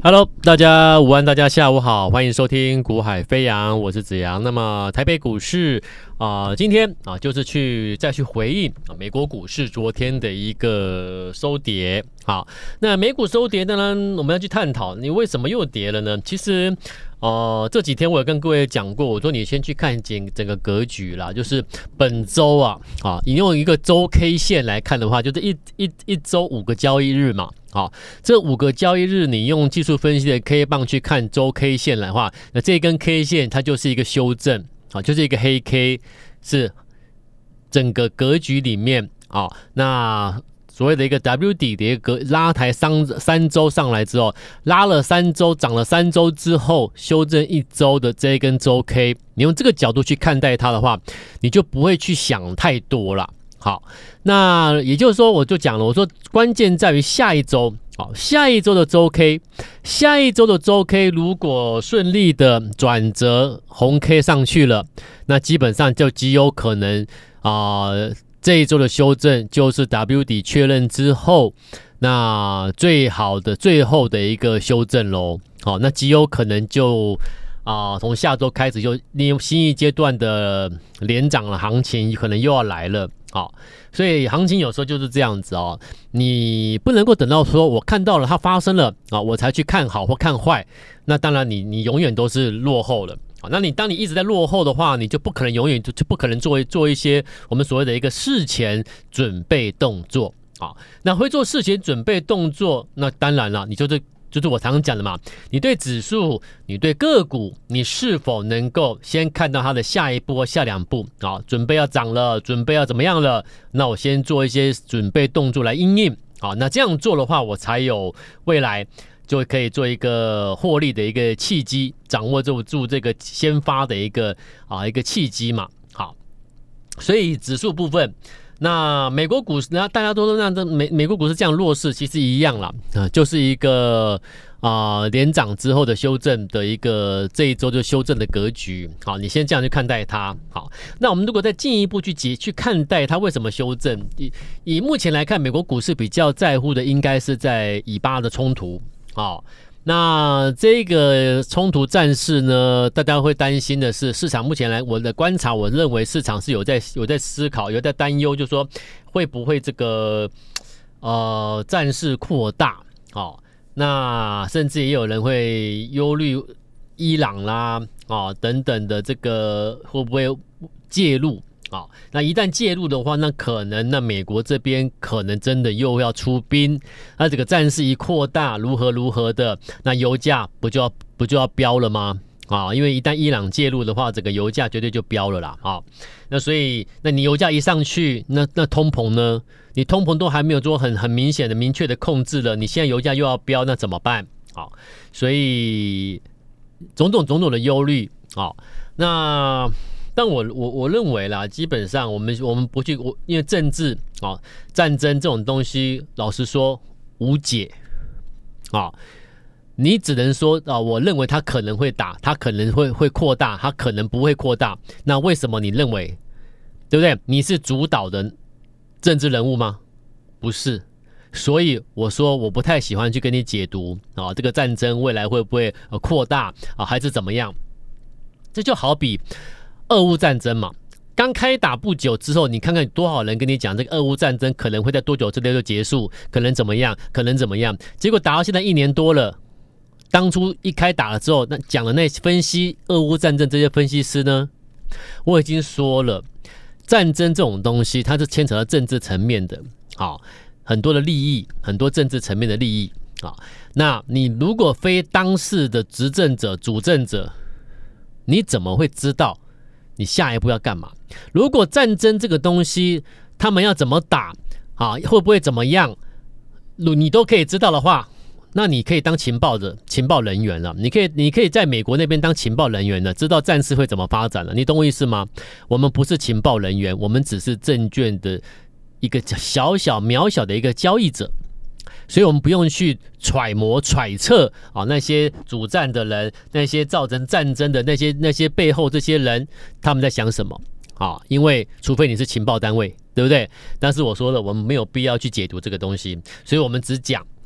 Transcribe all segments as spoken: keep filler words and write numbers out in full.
Hello， 大家午安，大家下午好，欢迎收听股海飞扬，我是子阳。那么台北股市啊、呃，今天啊就是去再去回应啊美国股市昨天的一个收跌。好，那美股收跌，当然我们要去探讨你为什么又跌了呢？其实。呃，这几天我也跟各位讲过，我说你先去看整整个格局啦，就是本周啊，啊，你用一个周 K 线来看的话，就是一一一周五个交易日嘛，好，这五个交易日你用技术分析的 K 棒去看周 K 线来的话，那这根 K 线它就是一个修正，啊，就是一个黑 K， 是整个格局里面啊，那。所谓的一个 W 底的一个拉抬三三周上来之后，拉了三周，涨了三周之后，修正一周的这一根周 K， 你用这个角度去看待它的话，你就不会去想太多了。好，那也就是说，我就讲了，我说关键在于下一周，好，下一周的周 K， 下一周的周 K 如果顺利的转折红 K 上去了，那基本上就极有可能啊。呃这一周的修正就是 W 底确认之后，那最好的最后的一个修正咯。好，那极有可能就啊、呃，从下周开始就利用新一阶段的连涨的行情可能又要来了。好，所以行情有时候就是这样子哦，你不能够等到说我看到了它发生了啊，我才去看好或看坏，那当然你你永远都是落后了。那你当你一直在落后的话，你就不可能永远就不可能做做一些我们所谓的一个事前准备动作啊。那会做事前准备动作，那当然了，你就是就是我常常讲的嘛，你对指数，你对个股，你是否能够先看到它的下一步或下两步啊？准备要涨了，准备要怎么样了？那我先做一些准备动作来因应啊。那这样做的话，我才有未来。就可以做一个获利的一个契机，掌握住住这个先发的一个啊一个契机嘛。好，所以指数部分，那美国股市，那大家都说让这美美国股市这样弱势，其实一样啦，啊，就是一个啊、呃、连涨之后的修正的一个这一周就修正的格局。好，你先这样去看待它。好，那我们如果再进一步去解去看待它为什么修正，以以目前来看，美国股市比较在乎的应该是在以巴的冲突。好，那这个冲突战事呢，大家会担心的是，市场目前来我的观察，我认为市场是有在有在思考，有在担忧，就是说会不会这个呃战事扩大？哦，那甚至也有人会忧虑伊朗啦，哦等等的这个会不会介入？好，那一旦介入的话，那可能那美国这边可能真的又要出兵，那这个战事一扩大，如何如何的，那油价不就要不就要飙了吗？啊，因为一旦伊朗介入的话，整个油价绝对就飙了啦。啊，那所以那你油价一上去，那那通膨呢？你通膨都还没有做很很明显的、明确的控制了，你现在油价又要飙，那怎么办？好，所以种种种种的忧虑啊，那。但我我我认为啦，基本上我们我们不去，我因为政治啊、战争这种东西，老实说无解啊。你只能说啊，我认为它可能会打，它可能会会扩大，它可能不会扩大。那为什么你认为，对不对？你是主导的政治人物吗？不是，所以我说我不太喜欢去跟你解读啊，这个战争未来会不会扩大啊，还是怎么样？这就好比。俄乌战争嘛，刚开打不久之后，你看看多少人跟你讲这个俄乌战争可能会在多久之内就结束，可能怎么样，可能怎么样，结果打到现在一年多了，当初一开打了之后，那讲的那分析俄乌战争这些分析师呢，我已经说了，战争这种东西它是牵扯到政治层面的，好，很多的利益，很多政治层面的利益啊，那你如果非当世的执政者、主政者，你怎么会知道？你下一步要干嘛？如果战争这个东西，他们要怎么打啊？会不会怎么样？你都可以知道的话，那你可以当情报的情报人员了。你可以，你可以在美国那边当情报人员了，知道战事会怎么发展了。你懂我意思吗？我们不是情报人员，我们只是证券的一个小小渺小的一个交易者。所以我们不用去揣摩揣测啊，那些主战的人，那些造成战争的那些那些背后这些人，他们在想什么啊？因为除非你是情报单位，对不对？但是我说了，我们没有必要去解读这个东西，所以我们只讲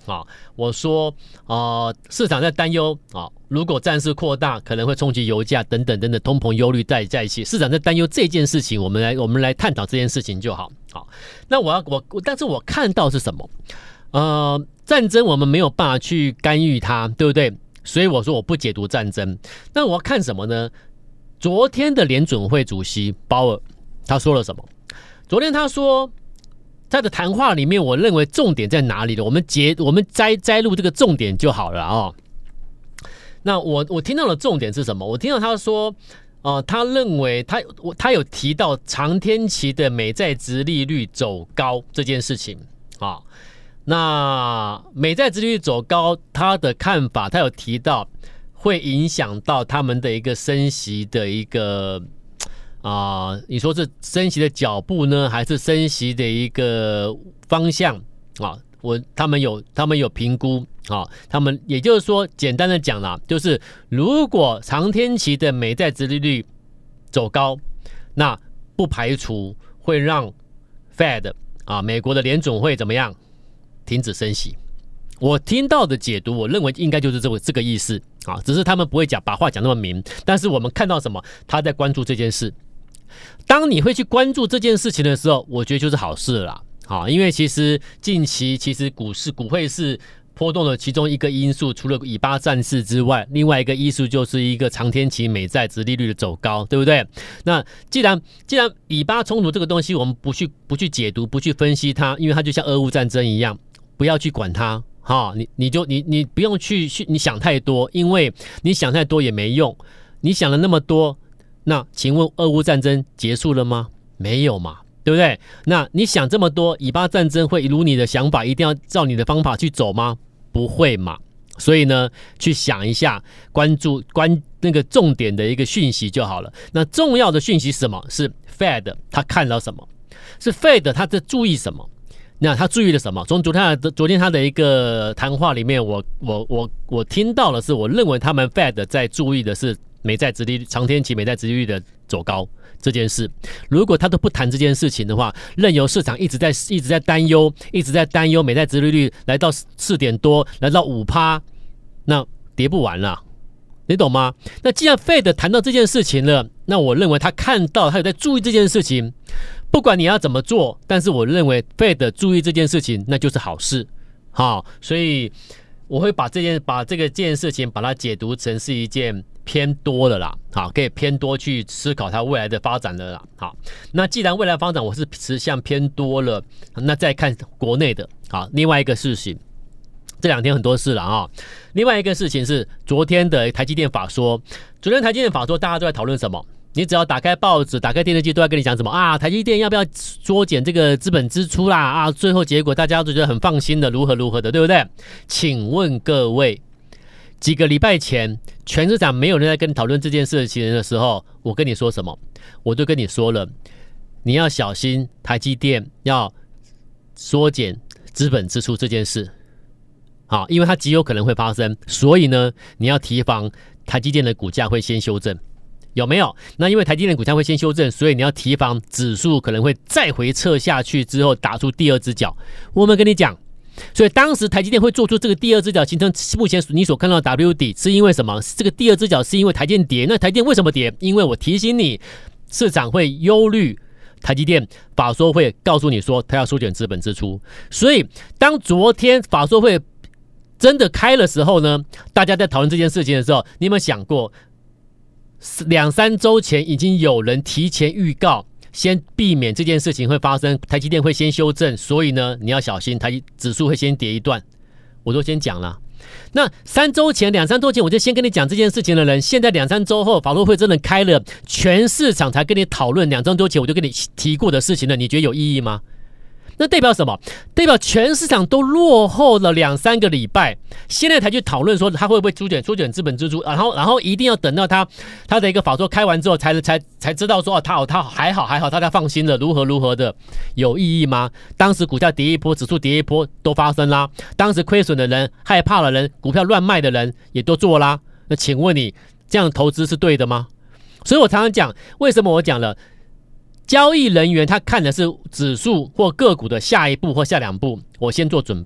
啊，我说呃市场在担忧啊，如果战事扩大，可能会冲击油价等等等等，通膨忧虑在在一起，市场在担忧这件事情，我们来我们来探讨这件事情就好。好，那我要我但是我看到是什么？呃，战争我们没有办法去干预它，对不对？所以我说我不解读战争。那我要看什么呢？昨天的联准会主席鲍尔他说了什么？昨天他说。他的谈话里面，我认为重点在哪里呢？我们截我们摘摘录这个重点就好了哦。那我我听到的重点是什么？我听到他说，呃，他认为他他有提到长天期的美债殖利率走高这件事情啊、哦。那美债殖利率走高，他的看法，他有提到会影响到他们的一个升息的一个。啊、呃，你说是升息的脚步呢，还是升息的一个方向啊？我他们有他们有评估啊，他们也就是说，简单的讲啦，就是如果长天期的美债殖利率走高，那不排除会让 Fed 啊，美国的联准会怎么样停止升息。我听到的解读，我认为应该就是这个这个意思啊，只是他们不会讲把话讲那么明，但是我们看到什么，他在关注这件事。当你会去关注这件事情的时候，我觉得就是好事了啦。好，因为其实近期其实股市股汇是波动的其中一个因素，除了以巴战事之外，另外一个因素就是一个长天期美债殖利率的走高，对不对？那既然既然以巴冲突这个东西，我们不去不去解读，不去分析它，因为它就像俄乌战争一样，不要去管它。哈，你你就你你不用去去你想太多，因为你想太多也没用。你想了那么多。那请问俄乌战争结束了吗？没有嘛，对不对？那你想这么多，以巴战争会如你的想法，一定要照你的方法去走吗？不会嘛。所以呢，去想一下，关注关那个重点的一个讯息就好了。那重要的讯息是什么？是 Fed 他看到什么？是 Fed 他在注意什么？那他注意了什么？从昨天的昨天他的一个谈话里面，我我我我听到的是，我认为他们 Fed 在注意的是。美债殖利率长天期美债殖利率的走高这件事，如果他都不谈这件事情的话，任由市场一直在一直在担忧，一直在担忧美债殖利率来到四点多，来到五趴，那跌不完了，你懂吗？那既然 Fed 谈到这件事情了，那我认为他看到他有在注意这件事情，不管你要怎么做，但是我认为 Fed 注意这件事情，那就是好事。好，所以我会把这件把这个这件事情把它解读成是一件。偏多的啦，好，可以偏多去思考它未来的发展的啦。好，那既然未来发展我是持向偏多了，那再看国内的。好，另外一个事情，这两天很多事了啊。另外一个事情是昨天的台积电法说，昨天台积电法说大家都在讨论什么？你只要打开报纸、打开电视机，都在跟你讲什么啊？台积电要不要缩减这个资本支出啦？啊，最后结果大家都觉得很放心的，如何如何的，对不对？请问各位。几个礼拜前，全市场没有人在跟你讨论这件事情的时候，我跟你说什么？我就跟你说了，你要小心台积电要缩减资本支出这件事。好，因为它极有可能会发生，所以呢，你要提防台积电的股价会先修正，有没有？那因为台积电的股价会先修正，所以你要提防指数可能会再回撤下去之后打出第二只脚。我们跟你讲。所以当时台积电会做出这个第二只脚，形成目前你所看到的 W 底，是因为什么？这个第二只脚是因为台积电跌。那台积电为什么跌？因为我提醒你，市场会忧虑台积电法说会告诉你说，它要缩减资本支出。所以当昨天法说会真的开的时候呢，大家在讨论这件事情的时候，你有没有想过，两三周前已经有人提前预告？先避免这件事情会发生，台积电会先修正，所以呢，你要小心，台指数会先跌一段。我都先讲了。那三周前、两三周前，我就先跟你讲这件事情的人，现在两三周后，法说会真的开了，全市场才跟你讨论两三周前我就跟你提过的事情了，你觉得有意义吗？那代表什么？代表全市场都落后了两三个礼拜，现在才去讨论说他会不会缩减缩减资本支出，然后然后一定要等到他他的一个法说开完之后才才才知道说哦，他他还好还好，大家放心了，如何如何的，有意义吗？当时股价跌一波，指数跌一波都发生啦，当时亏损的人、害怕的人、股票乱卖的人也都做啦。那请问你这样的投资是对的吗？所以我常常讲，为什么我讲了？交易人员他看的是指数或个股的下一步或下两步，我先做准备，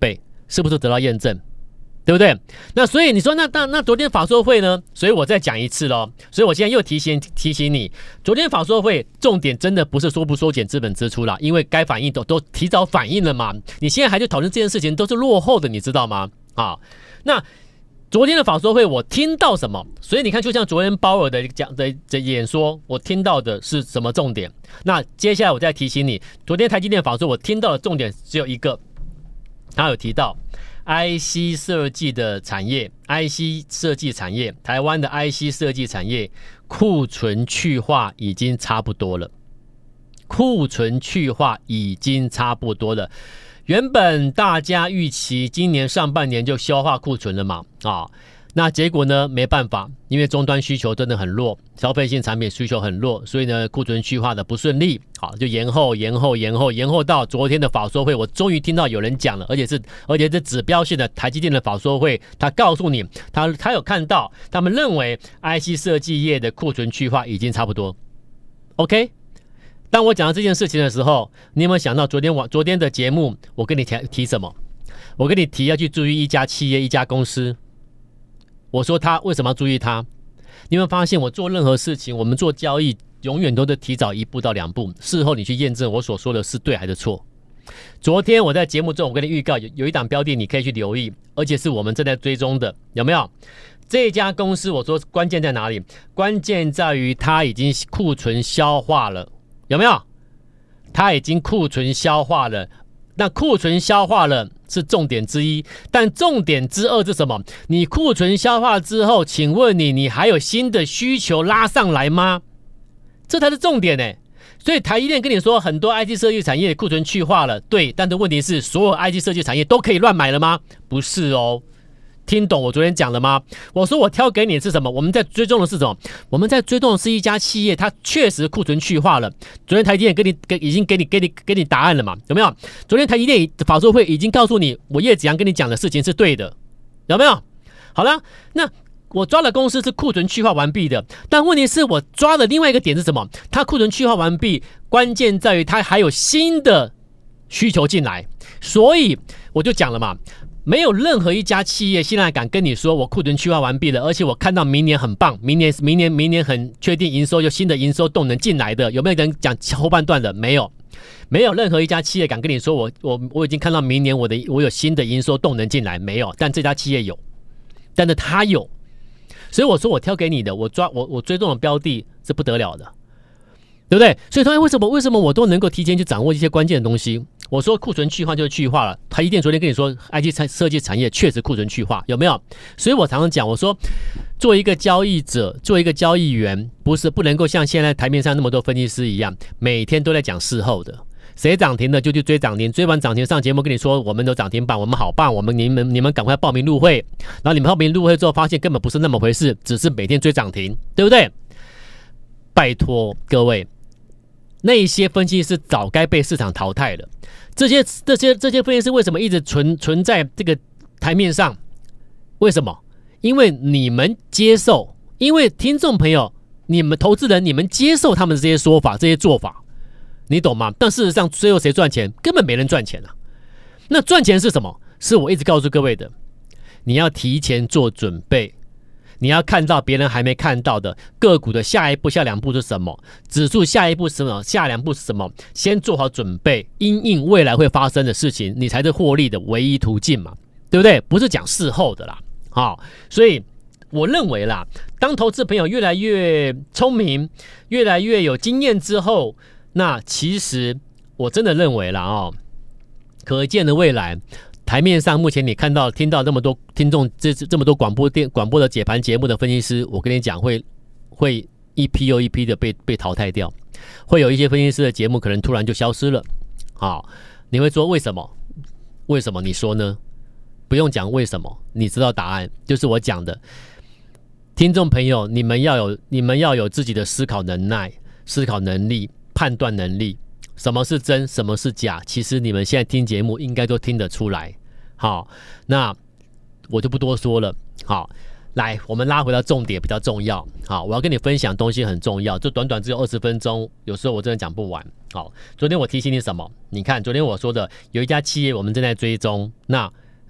是不是得到验证？对不对？那所以你说那那那昨天法说会呢？所以我再讲一次咯。所以我现在又提醒提醒你，昨天法说会重点真的不是说不缩减资本支出啦，因为该反应都都提早反应了嘛。你现在还去讨论这件事情，都是落后的，你知道吗？啊，那昨天的法说会我听到什么？所以你看，就像昨天鲍尔的讲的的演说，我听到的是什么重点？那接下来我再提醒你，昨天台积电法说，我听到的重点只有一个，他有提到。I C 设计的产业 ，I C 设计产业，台湾的 I C 设计产业库存去化已经差不多了，库存去化已经差不多了。原本大家预期今年上半年就消化库存了嘛，啊，那结果呢？没办法，因为终端需求真的很弱，消费性产品需求很弱，所以呢，库存去化的不顺利，好，就延后、延后、延后、延后到昨天的法说会，我终于听到有人讲了，而且是而且是指标性的台积电的法说会，他告诉你，他他有看到，他们认为 I C 设计业的库存去化已经差不多 ，OK。当我讲到这件事情的时候，你有没有想到昨天晚昨天的节目，我跟你提提什么？我跟你提要去注意一家企业、一家公司。我说他为什么要注意他？你有没有发现我做任何事情，我们做交易永远都是提早一步到两步，事后你去验证我所说的是对还是错。昨天我在节目中我跟你预告有有一档标的你可以去留意，而且是我们正在追踪的，有没有？这家公司我说关键在哪里？关键在于它已经库存消化了，有没有？它已经库存消化了，那库存消化了是重点之一，但重点之二是什么？你库存消化之后，请问你，你还有新的需求拉上来吗？这才是重点呢、欸。所以台积电跟你说，很多 I T 设计产业库存去化了，对，但是问题是，所有 I T 设计产业都可以乱买了吗？不是哦。听懂我昨天讲了吗？我说我挑给你的是什么？我们在追踪的是什么？我们在追踪的是一家企业，它确实库存去化了。昨天台积电给你给已经给你给你给你答案了嘛？有没有？昨天台积电法说会已经告诉你，我叶子阳跟你讲的事情是对的，有没有？好了，那我抓的公司是库存去化完毕的，但问题是我抓的另外一个点是什么？它库存去化完毕，关键在于它还有新的需求进来，所以我就讲了嘛。没有任何一家企业现在敢跟你说我库存去化完毕了，而且我看到明年很棒，明年明年明年很确定营收有新的营收动能进来的，有没有人讲后半段的？没有，没有任何一家企业敢跟你说我我我已经看到明年我的我有新的营收动能进来，没有，但这家企业有，但是它有，所以我说我挑给你的，我抓我我追踪的标的是不得了的，对不对？所以说为什么为什么我都能够提前去掌握一些关键的东西？我说库存去化就是去化了，台积电昨天跟你说 I T 设计产业确实库存去化，有没有？所以我常常讲，我说做一个交易者，做一个交易员，不是不能够像现在台面上那么多分析师一样，每天都在讲事后的，谁涨停的就去追涨停，追完涨停上节目跟你说我们都涨停板，我们好棒，我们你们你们赶快报名入会，然后你们报名入会之后发现根本不是那么回事，只是每天追涨停，对不对？拜托各位，那一些分析师早该被市场淘汰了。这些这些这些分析师为什么一直存存在这个台面上？为什么？因为你们接受，因为听众朋友，你们投资人，你们接受他们的这些说法、这些做法，你懂吗？但事实上，最后谁赚钱？根本没人赚钱啊！那赚钱是什么？是我一直告诉各位的，你要提前做准备。你要看到别人还没看到的个股的下一步、下两步是什么？指数下一步是什么？下两步是什么？先做好准备，因应未来会发生的事情，你才是获利的唯一途径嘛，对不对？不是讲事后的啦。好，所以我认为啦，当投资朋友越来越聪明、越来越有经验之后，那其实我真的认为啦哦，可见的未来。台面上目前你看到听到这么多听众这这么多广播电广播的解盘节目的分析师，我跟你讲会会一批又一批的被被淘汰掉，会有一些分析师的节目可能突然就消失了。好，你会说为什么？为什么？你说呢？不用讲为什么，你知道答案，就是我讲的。听众朋友，你们要有你们要有自己的思考能耐、思考能力、判断能力。什么是真，什么是假？其实你们现在听节目应该都听得出来。好，那我就不多说了。好，来，我们拉回到重点比较重要。好，我要跟你分享东西很重要，就短短只有二十分钟，有时候我真的讲不完。好，昨天我提醒你什么？你看，昨天我说的有一家企业我们正在追踪，那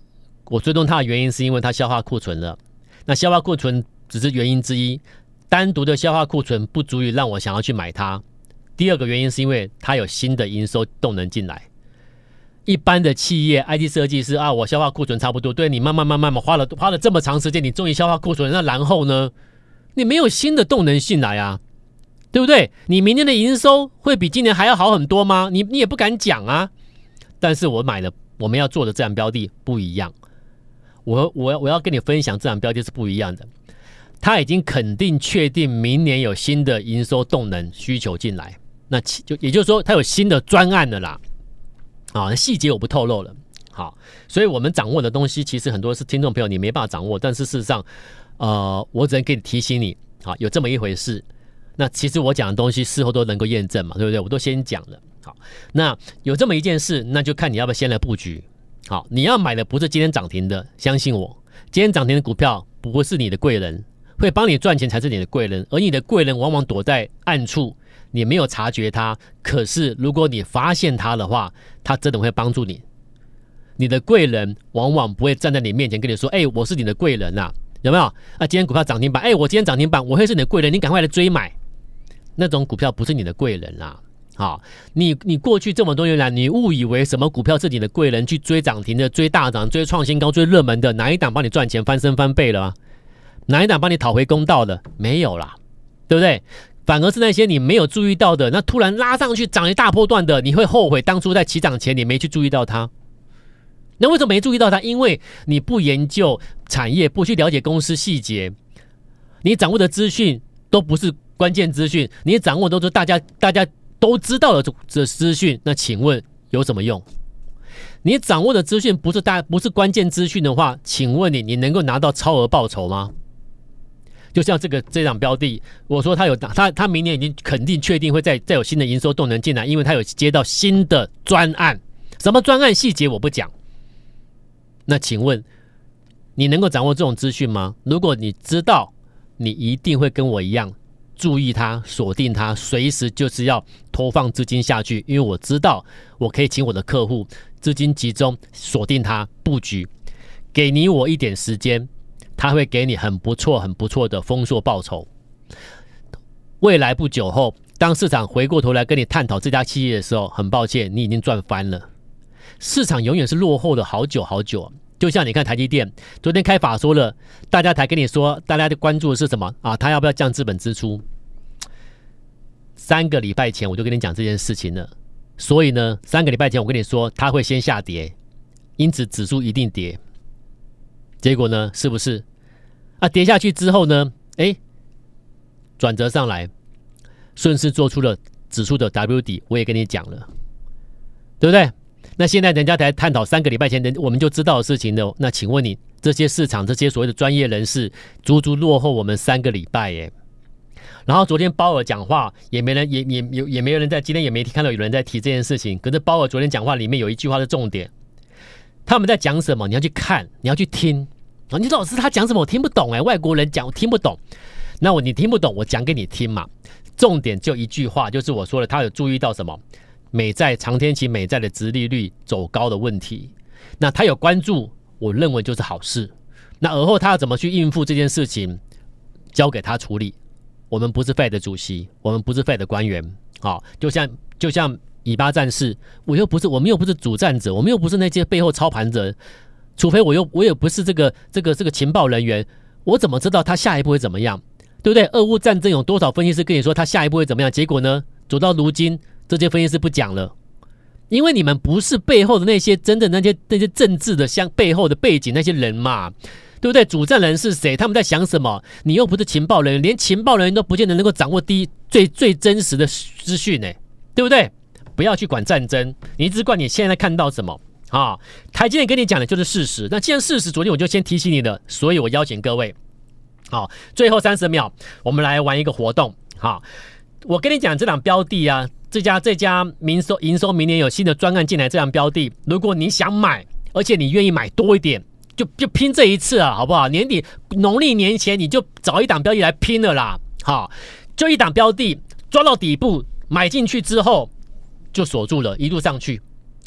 我追踪它的原因是因为它消化库存了，那消化库存只是原因之一，单独的消化库存不足以让我想要去买它。第二个原因是因为它有新的营收动能进来。一般的企业 I T 设计师啊，我消化库存差不多，对，你慢慢慢慢花了花了这么长时间，你终于消化库存，那然后呢？你没有新的动能进来啊，对不对？你明年的营收会比今年还要好很多吗？你你也不敢讲啊。但是我买了，我们要做的这档标的不一样。我我我要跟你分享，这档标的是不一样的。它已经肯定确定明年有新的营收动能需求进来，那就也就是说，它有新的专案了啦。啊，细节我不透露了。好，所以我们掌握的东西，其实很多是听众朋友你没办法掌握，但是事实上，呃，我只能给你提醒你，好，有这么一回事。那其实我讲的东西事后都能够验证嘛，对不对？我都先讲了。好，那有这么一件事，那就看你要不要先来布局。好，你要买的不是今天涨停的，相信我，今天涨停的股票不是你的贵人，会帮你赚钱才是你的贵人，而你的贵人往往躲在暗处。你没有察觉它，可是如果你发现它的话，它真的会帮助你。你的贵人往往不会站在你面前跟你说：“哎、欸，我是你的贵人啊，有没有？啊，今天股票涨停板，哎、欸，我今天涨停板，我会是你的贵人，你赶快来追买。”那种股票不是你的贵人啦。好，你你过去这么多年来，你误以为什么股票是你的贵人，去追涨停的、追大涨、追创新高、追热门的，哪一档帮你赚钱翻身翻倍了吗？哪一档帮你讨回公道的？没有啦，对不对？反而是那些你没有注意到的，那突然拉上去涨一大波段的，你会后悔当初在起涨前你没去注意到它。那为什么没注意到它？因为你不研究产业，不去了解公司细节，你掌握的资讯都不是关键资讯，你掌握的都是大家大家都知道的这资讯，那请问有什么用？你掌握的资讯不是大不是关键资讯的话，请问你你能够拿到超额报酬吗？就像这个这档标的，我说它有它它明年已经肯定确定会再再有新的营收动能进来，因为它有接到新的专案，什么专案细节我不讲。那请问你能够掌握这种资讯吗？如果你知道，你一定会跟我一样注意它、锁定它，随时就是要投放资金下去，因为我知道我可以请我的客户资金集中锁定它布局，给你我一点时间。他会给你很不错、很不错的丰硕报酬。未来不久后，当市场回过头来跟你探讨这家企业的时候，很抱歉，你已经赚翻了。市场永远是落后的好久好久。就像你看台积电，昨天开法说了，大家才跟你说，大家的关注的是什么啊？他要不要降资本支出？三个礼拜前我就跟你讲这件事情了。所以呢，三个礼拜前我跟你说，他会先下跌，因此指数一定跌。结果呢，是不是？啊，跌下去之后呢，哎，转折上来，顺势做出了指数的 W 底，我也跟你讲了，对不对？那现在人家才探讨三个礼拜前人我们就知道的事情呢，那请问你这些市场这些所谓的专业人士，足足落后我们三个礼拜耶。然后昨天鲍尔讲话，也没人也也也也没有人在今天也没看到有人在提这件事情。可是鲍尔昨天讲话里面有一句话是重点，他们在讲什么？你要去看，你要去听。你说老师他讲什么我听不懂哎、欸，外国人讲我听不懂，那我你听不懂我讲给你听嘛。重点就一句话，就是我说了，他有注意到什么？美债长天期美债的殖利率走高的问题，那他有关注，我认为就是好事。那而后他要怎么去应付这件事情，交给他处理。我们不是 Fed 的主席，我们不是 Fed 的官员，好，就像就像以巴战士，我又不是我们又不是主战者，我们又不是那些背后操盘者。除非我又我也不是这个这个这个情报人员，我怎么知道他下一步会怎么样？对不对？俄乌战争有多少分析师跟你说他下一步会怎么样？结果呢，走到如今，这些分析师不讲了，因为你们不是背后的那些真的那些那些政治的像背后的背景那些人嘛，对不对？主战人是谁？他们在想什么？你又不是情报人员，连情报人员都不见得能够掌握第一最最真实的资讯呢，对不对？不要去管战争，你只管你现在看到什么。啊，台积电跟你讲的就是事实。那既然事实，昨天我就先提醒你了，所以我邀请各位，好，最后三十秒，我们来玩一个活动。好，我跟你讲，这档标的啊，这家这家营收营收明年有新的专案进来，这档标的，如果你想买，而且你愿意买多一点，就就拼这一次啊，好不好？年底农历年前你就找一档标的来拼了啦。好，就一档标的抓到底部，买进去之后就锁住了，一路上去。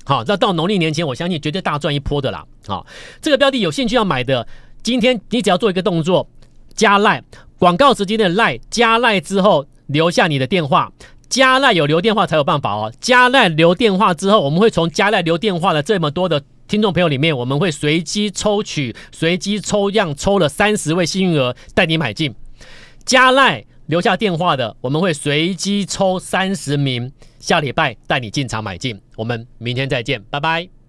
好，那到农历年前，我相信绝对大赚一波的啦。好，这个标的有兴趣要买的，今天你只要做一个动作，加赖广告时间的赖，加赖之后留下你的电话，加赖有留电话才有办法哦。加赖留电话之后，我们会从加赖留电话的这么多的听众朋友里面，我们会随机抽取、随机抽样抽了三十位幸运儿带你买进。加赖留下电话的，我们会随机抽三十名，下礼拜带你进场买进。我们明天再见，拜拜。